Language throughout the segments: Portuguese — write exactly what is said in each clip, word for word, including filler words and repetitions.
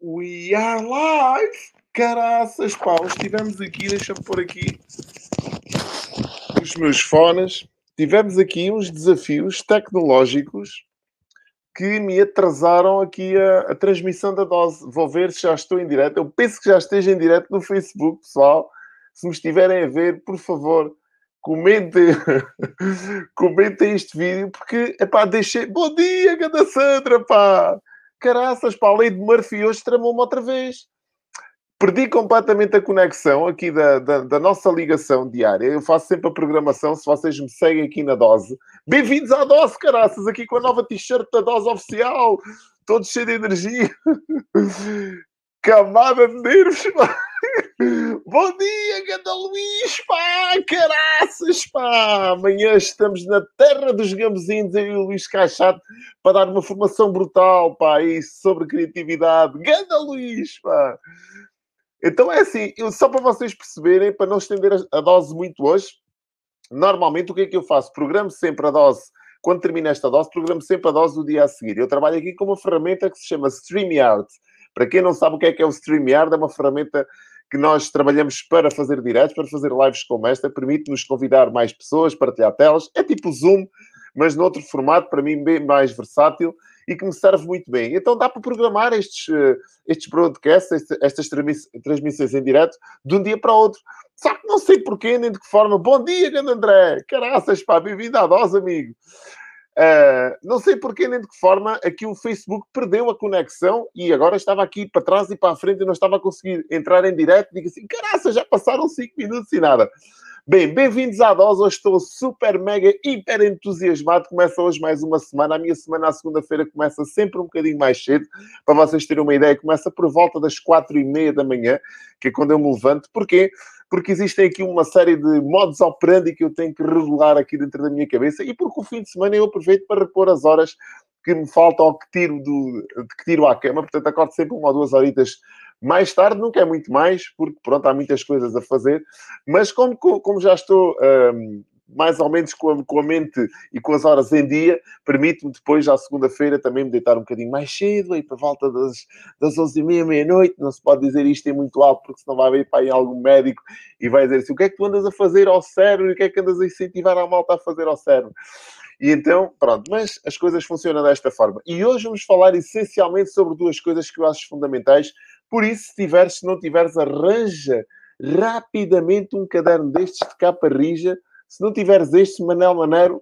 We are live! Caraças, pá, estivemos aqui, deixa-me pôr aqui os meus fones. Tivemos aqui uns desafios tecnológicos que me atrasaram aqui a, a transmissão da dose. Vou ver se já estou em direto. Eu penso que já esteja em direto no Facebook, pessoal. Se me estiverem a ver, por favor, comentem, comentem este vídeo, porque, epá, deixei... Bom dia, ganda Sandra, pá! Caraças, pá, a lei de Murphy hoje tramou-me outra vez. Perdi completamente a conexão aqui da, da, da nossa ligação diária. Eu faço sempre a programação, se vocês me seguem aqui na Dose. Bem-vindos à Dose, caraças! Aqui com a nova t-shirt da Dose Oficial. Todos cheios de energia. Camada de nervos, pá. Bom dia, ganda Luís, pá! Caraças, pá! Amanhã estamos na terra dos gamezinhos, eu e o Luís Caixato, para dar uma formação brutal, pá, isso, sobre criatividade. Ganda Luís, pá! Então é assim, eu, só para vocês perceberem, para não estender a, a dose muito hoje, normalmente o que é que eu faço? Programo sempre a dose, quando termina esta dose, programo sempre a dose do dia a seguir. Eu trabalho aqui com uma ferramenta que se chama StreamYard. Para quem não sabe o que é que é o StreamYard, é uma ferramenta que nós trabalhamos para fazer diretos, para fazer lives como esta, permite-nos convidar mais pessoas, partilhar telas. É tipo Zoom, mas noutro formato, para mim bem mais versátil e que me serve muito bem. Então dá para programar estes, uh, estes broadcasts, este, estas transmissões em direto, de um dia para o outro. Só que não sei porquê, nem de que forma. Bom dia, grande André! Caraças, pá, bem-vindo à dose, amigo! Uh, não sei porquê, nem de que forma, aqui o Facebook perdeu a conexão e agora estava aqui para trás e para a frente e não estava a conseguir entrar em direto. Digo assim, caraças, já passaram cinco minutos e nada. Bem, bem-vindos à Dose. Hoje estou super, mega, hiper entusiasmado. Começa hoje mais uma semana. A minha semana, à segunda-feira, começa sempre um bocadinho mais cedo. Para vocês terem uma ideia, começa por volta das quatro e meia da manhã, que é quando eu me levanto. Porquê? Porque existem aqui uma série de modus operandi que eu tenho que revelar aqui dentro da minha cabeça e porque o fim de semana eu aproveito para repor as horas que me faltam ou que tiro, do, que tiro à cama. Portanto, acordo sempre uma ou duas horitas mais tarde, nunca é muito mais, porque, pronto, há muitas coisas a fazer. Mas como, como já estou um, mais ou menos com a, com a mente e com as horas em dia, permite-me depois, à segunda-feira, também me deitar um bocadinho mais cedo, aí para volta das, das onze e meia, meia-noite. Não se pode dizer isto em muito alto, porque senão vai haver para aí algum médico e vai dizer assim, o que é que tu andas a fazer ao cérebro e o que é que andas a incentivar a malta a fazer ao cérebro? E então, pronto, mas as coisas funcionam desta forma. E hoje vamos falar essencialmente sobre duas coisas que eu acho fundamentais. Por isso, se tiveres, se não tiveres, arranja rapidamente um caderno destes de capa rija. Se não tiveres este, Manel Maneiro,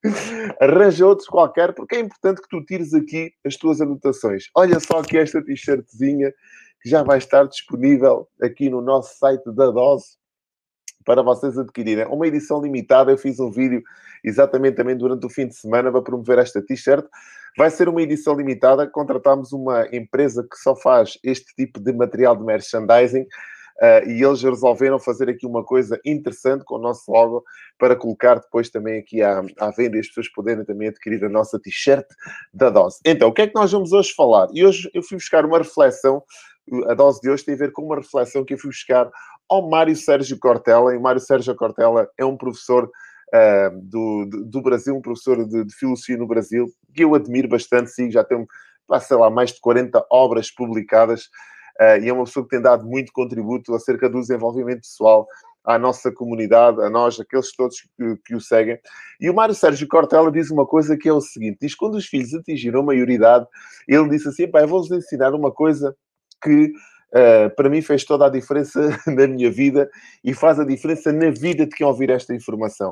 arranja outros qualquer, porque é importante que tu tires aqui as tuas anotações. Olha só aqui esta t-shirtzinha que já vai estar disponível aqui no nosso site da Dose para vocês adquirirem. Uma edição limitada, eu fiz um vídeo exatamente também durante o fim de semana para promover esta t-shirt. Vai ser uma edição limitada. Contratámos uma empresa que só faz este tipo de material de merchandising uh, e eles resolveram fazer aqui uma coisa interessante com o nosso logo para colocar depois também aqui à, à venda e as pessoas poderem também adquirir a nossa t-shirt da Dose. Então, o que é que nós vamos hoje falar? E hoje eu fui buscar uma reflexão. A dose de hoje tem a ver com uma reflexão que eu fui buscar ao Mário Sérgio Cortella. E o Mário Sérgio Cortella é um professor uh, do, do, do Brasil, um professor de, de filosofia no Brasil, que eu admiro bastante, sim, já tem, sei lá, mais de quarenta obras publicadas, uh, e é uma pessoa que tem dado muito contributo acerca do desenvolvimento pessoal à nossa comunidade, a nós, aqueles todos que, que o seguem. E o Mário Sérgio Cortella diz uma coisa que é o seguinte, diz que quando os filhos atingiram a maioridade, ele disse assim, pá, eu vou-vos ensinar uma coisa que uh, para mim fez toda a diferença na minha vida e faz a diferença na vida de quem ouvir esta informação.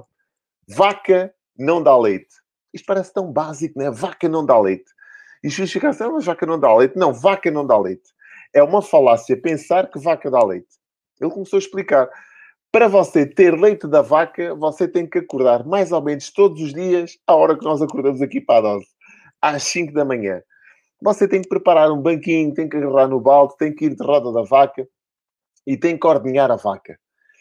Vaca não dá leite. Isto parece tão básico, não é? Vaca não dá leite. E os filhos ficam assim, mas vaca não dá leite. Não, vaca não dá leite. É uma falácia pensar que vaca dá leite. Ele começou a explicar. Para você ter leite da vaca, você tem que acordar mais ou menos todos os dias à hora que nós acordamos aqui para a dose. Às cinco da manhã. Você tem que preparar um banquinho, tem que agarrar no balde, tem que ir de roda da vaca e tem que ordenhar a vaca.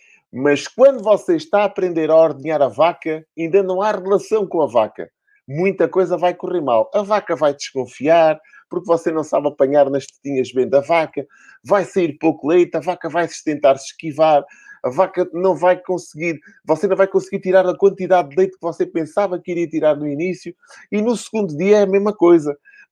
Mas quando você está a aprender a ordenhar a vaca, ainda não há relação com a vaca. Muita coisa vai correr mal. A vaca vai desconfiar, porque você não sabe apanhar nas tetinhas bem da vaca. Vai sair pouco leite, a vaca vai se tentar se esquivar. A vaca não vai conseguir, você não vai conseguir tirar a quantidade de leite que você pensava que iria tirar no início. E no segundo dia é a mesma coisa.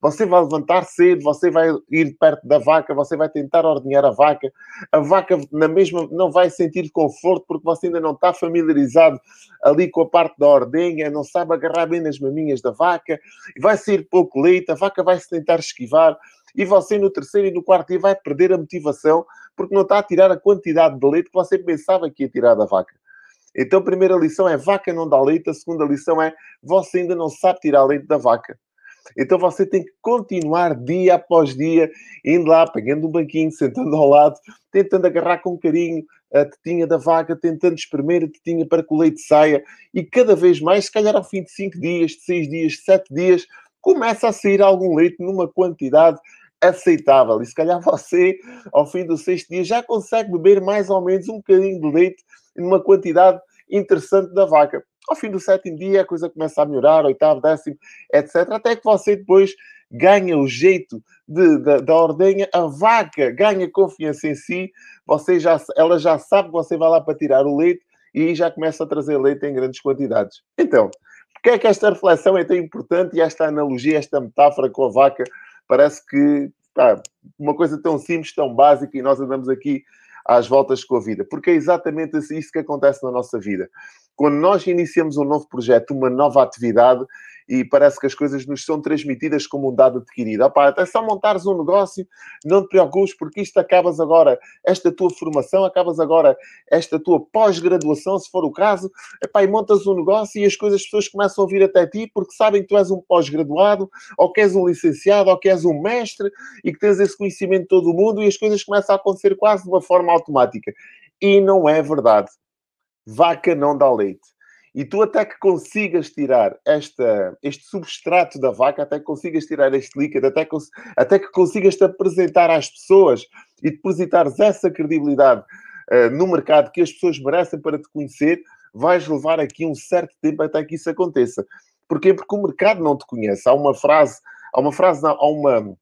Você vai levantar cedo, você vai ir perto da vaca, você vai tentar ordenhar a vaca. A vaca, na mesma, não vai sentir conforto porque você ainda não está familiarizado ali com a parte da ordenha, não sabe agarrar bem nas maminhas da vaca, vai sair pouco leite, a vaca vai se tentar esquivar e você no terceiro e no quarto dia vai perder a motivação porque não está a tirar a quantidade de leite que você pensava que ia tirar da vaca. Então, a primeira lição é vaca não dá leite. A segunda lição é você ainda não sabe tirar leite da vaca. Então, você tem que continuar dia após dia, indo lá, pegando um banquinho, sentando ao lado, tentando agarrar com carinho a tetinha da vaca, tentando espremer a tetinha para que o leite saia. E cada vez mais, se calhar ao fim de cinco dias, de seis dias, de sete dias, começa a sair algum leite numa quantidade aceitável. E se calhar você, ao fim do sexto dia, já consegue beber mais ou menos um bocadinho de leite numa quantidade interessante da vaca. Ao fim do sétimo dia, a coisa começa a melhorar, oitavo, décimo, etcétera. Até que você depois ganha o jeito de, de, da ordenha, a vaca ganha confiança em si, você já, ela já sabe que você vai lá para tirar o leite e já começa a trazer leite em grandes quantidades. Então, porque é que esta reflexão é tão importante e esta analogia, esta metáfora com a vaca, parece que pá, uma coisa tão simples, tão básica, e nós andamos aqui às voltas com a vida. Porque é exatamente isso que acontece na nossa vida. Quando nós iniciamos um novo projeto, uma nova atividade, e parece que as coisas nos são transmitidas como um dado adquirido. Opá, até só montares um negócio, não te preocupes, porque isto acabas agora, esta tua formação, acabas agora esta tua pós-graduação, se for o caso, epá, e montas um negócio e as coisas, as pessoas começam a vir até ti porque sabem que tu és um pós-graduado, ou que és um licenciado, ou que és um mestre, e que tens esse conhecimento de todo o mundo, e as coisas começam a acontecer quase de uma forma automática. E não é verdade. Vaca não dá leite. E tu até que consigas tirar esta, este substrato da vaca, até que consigas tirar este líquido, até que, até que consigas te apresentar às pessoas e depositares essa credibilidade uh, no mercado que as pessoas merecem para te conhecer, vais levar aqui um certo tempo até que isso aconteça. Porquê? Porque o mercado não te conhece. Há uma frase, há uma frase, não, há uma...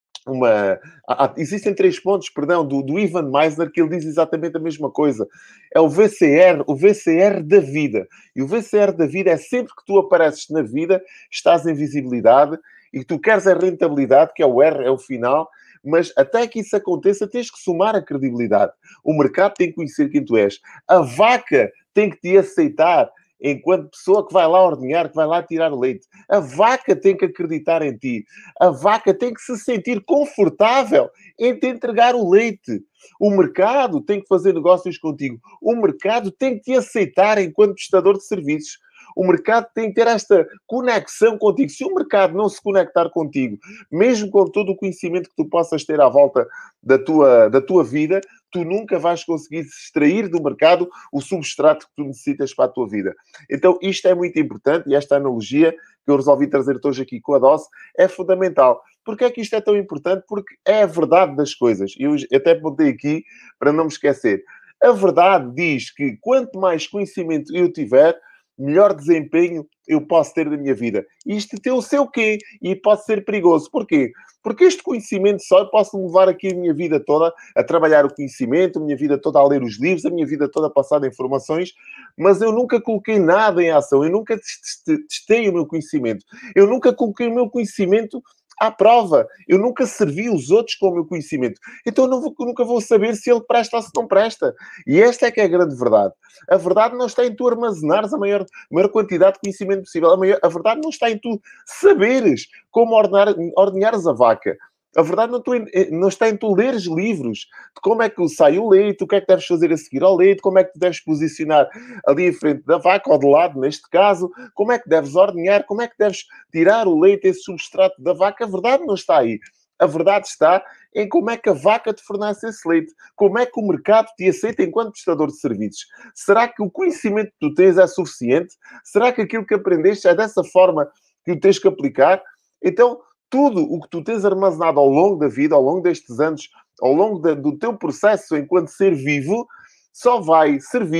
Uma, há, existem três pontos, perdão, do, do Ivan Meisner, que ele diz exatamente a mesma coisa. É o V C R, o V C R da vida. E o V C R da vida é sempre que tu apareces na vida, estás em visibilidade e que tu queres a rentabilidade, que é o R, é o final, mas até que isso aconteça, tens que somar a credibilidade. O mercado tem que conhecer quem tu és. A vaca tem que te aceitar enquanto pessoa que vai lá ordenhar, que vai lá tirar o leite. A vaca tem que acreditar em ti. A vaca tem que se sentir confortável em te entregar o leite. O mercado tem que fazer negócios contigo. O mercado tem que te aceitar enquanto prestador de serviços. O mercado tem que ter esta conexão contigo. Se o mercado não se conectar contigo, mesmo com todo o conhecimento que tu possas ter à volta da tua, da tua vida, tu nunca vais conseguir extrair do mercado o substrato que tu necessitas para a tua vida. Então, isto é muito importante e esta analogia que eu resolvi trazer hoje aqui com a Dose é fundamental. Porquê é que isto é tão importante? Porque é a verdade das coisas. Eu até botei aqui para não me esquecer. A verdade diz que quanto mais conhecimento eu tiver, melhor desempenho eu posso ter na minha vida. Isto tem o seu quê? E pode ser perigoso. Porquê? Porque este conhecimento só eu posso levar aqui a minha vida toda a trabalhar o conhecimento, a minha vida toda a ler os livros, a minha vida toda a passar de informações, mas eu nunca coloquei nada em ação. Eu nunca testei o meu conhecimento. Eu nunca coloquei o meu conhecimento à prova. Eu nunca servi os outros com o meu conhecimento. Então eu não vou, nunca vou saber se ele presta ou se não presta. E esta é que é a grande verdade. A verdade não está em tu armazenares a maior, maior quantidade de conhecimento possível. A, maior, a verdade não está em tu saberes como ordenar, ordenhares a vaca. A verdade não, tu, não está em tu leres livros de como é que sai o leite, o que é que deves fazer a seguir ao leite, como é que te deves posicionar ali em frente da vaca, ou de lado, neste caso, como é que deves ordenhar, como é que deves tirar o leite, esse substrato da vaca. A verdade não está aí. A verdade está em como é que a vaca te fornece esse leite. Como é que o mercado te aceita enquanto prestador de serviços. Será que o conhecimento que tu tens é suficiente? Será que aquilo que aprendeste é dessa forma que o tens que aplicar? Então, tudo o que tu tens armazenado ao longo da vida, ao longo destes anos, ao longo de, do teu processo enquanto ser vivo, só vai servir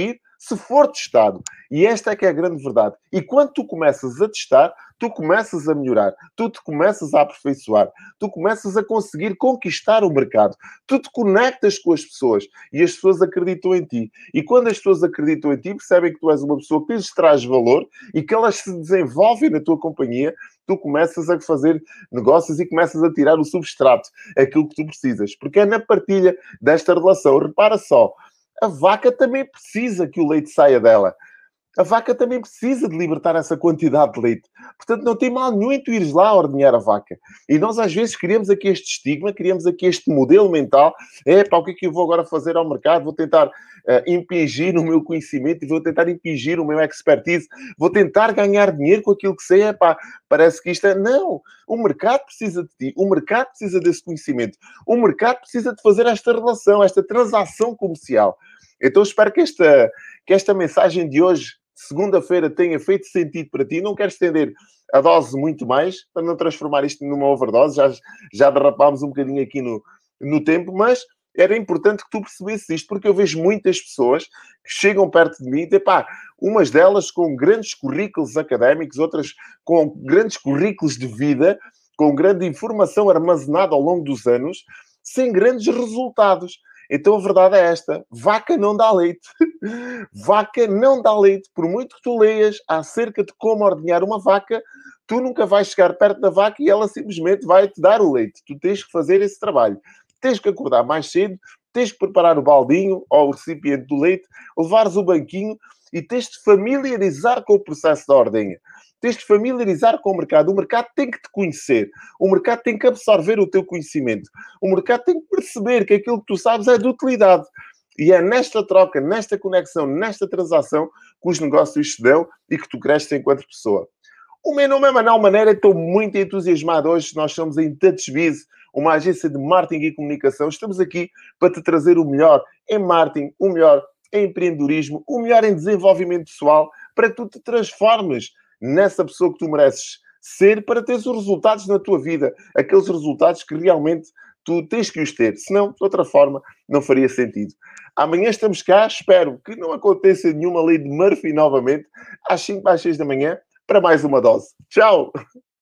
se for testado. E esta é que é a grande verdade. E quando tu começas a testar, tu começas a melhorar, tu te começas a aperfeiçoar, tu começas a conseguir conquistar o mercado, tu te conectas com as pessoas e as pessoas acreditam em ti. E quando as pessoas acreditam em ti, percebem que tu és uma pessoa que lhes traz valor e que elas se desenvolvem na tua companhia, tu começas a fazer negócios e começas a tirar o substrato, aquilo que tu precisas. Porque é na partilha desta relação. Repara só, a vaca também precisa que o leite saia dela. A vaca também precisa de libertar essa quantidade de leite. Portanto, não tem mal nenhum em tu ires lá ordenhar a vaca. E nós, às vezes, criamos aqui este estigma, criamos aqui este modelo mental. É, pá, o que é que eu vou agora fazer ao mercado? Vou tentar uh, impingir o meu conhecimento e vou tentar impingir o meu expertise. Vou tentar ganhar dinheiro com aquilo que sei. É, pá, parece que isto é... Não! O mercado precisa de ti. O mercado precisa desse conhecimento. O mercado precisa de fazer esta relação, esta transação comercial. Então, espero que esta, que esta mensagem de hoje, segunda-feira, tenha feito sentido para ti. Não quero estender a dose muito mais, para não transformar isto numa overdose. Já, já derrapámos um bocadinho aqui no, no tempo, mas era importante que tu percebesses isto, porque eu vejo muitas pessoas que chegam perto de mim e dizem, pá, umas delas com grandes currículos académicos, outras com grandes currículos de vida, com grande informação armazenada ao longo dos anos, sem grandes resultados. Então a verdade é esta: vaca não dá leite. Vaca não dá leite. Por muito que tu leias acerca de como ordenhar uma vaca, tu nunca vais chegar perto da vaca e ela simplesmente vai-te dar o leite. Tu tens que fazer esse trabalho. Tens que acordar mais cedo, tens que preparar o baldinho ou o recipiente do leite, levares o banquinho e tens de familiarizar com o processo da ordenha. Tens de familiarizar com o mercado. O mercado tem que te conhecer. O mercado tem que absorver o teu conhecimento. O mercado tem que perceber que aquilo que tu sabes é de utilidade. E é nesta troca, nesta conexão, nesta transação que os negócios se dão e que tu cresces enquanto pessoa. O meu nome é Manuel Maneira, estou muito entusiasmado hoje. Nós somos em TouchBiz, uma agência de marketing e comunicação. Estamos aqui para te trazer o melhor em marketing, o melhor em empreendedorismo, o melhor em desenvolvimento pessoal, para que tu te transformes nessa pessoa que tu mereces ser, para teres os resultados na tua vida. Aqueles resultados que realmente tu tens que os ter. Senão, de outra forma, não faria sentido. Amanhã estamos cá. Espero que não aconteça nenhuma lei de Murphy novamente, às cinco às seis da manhã, para mais uma dose. Tchau!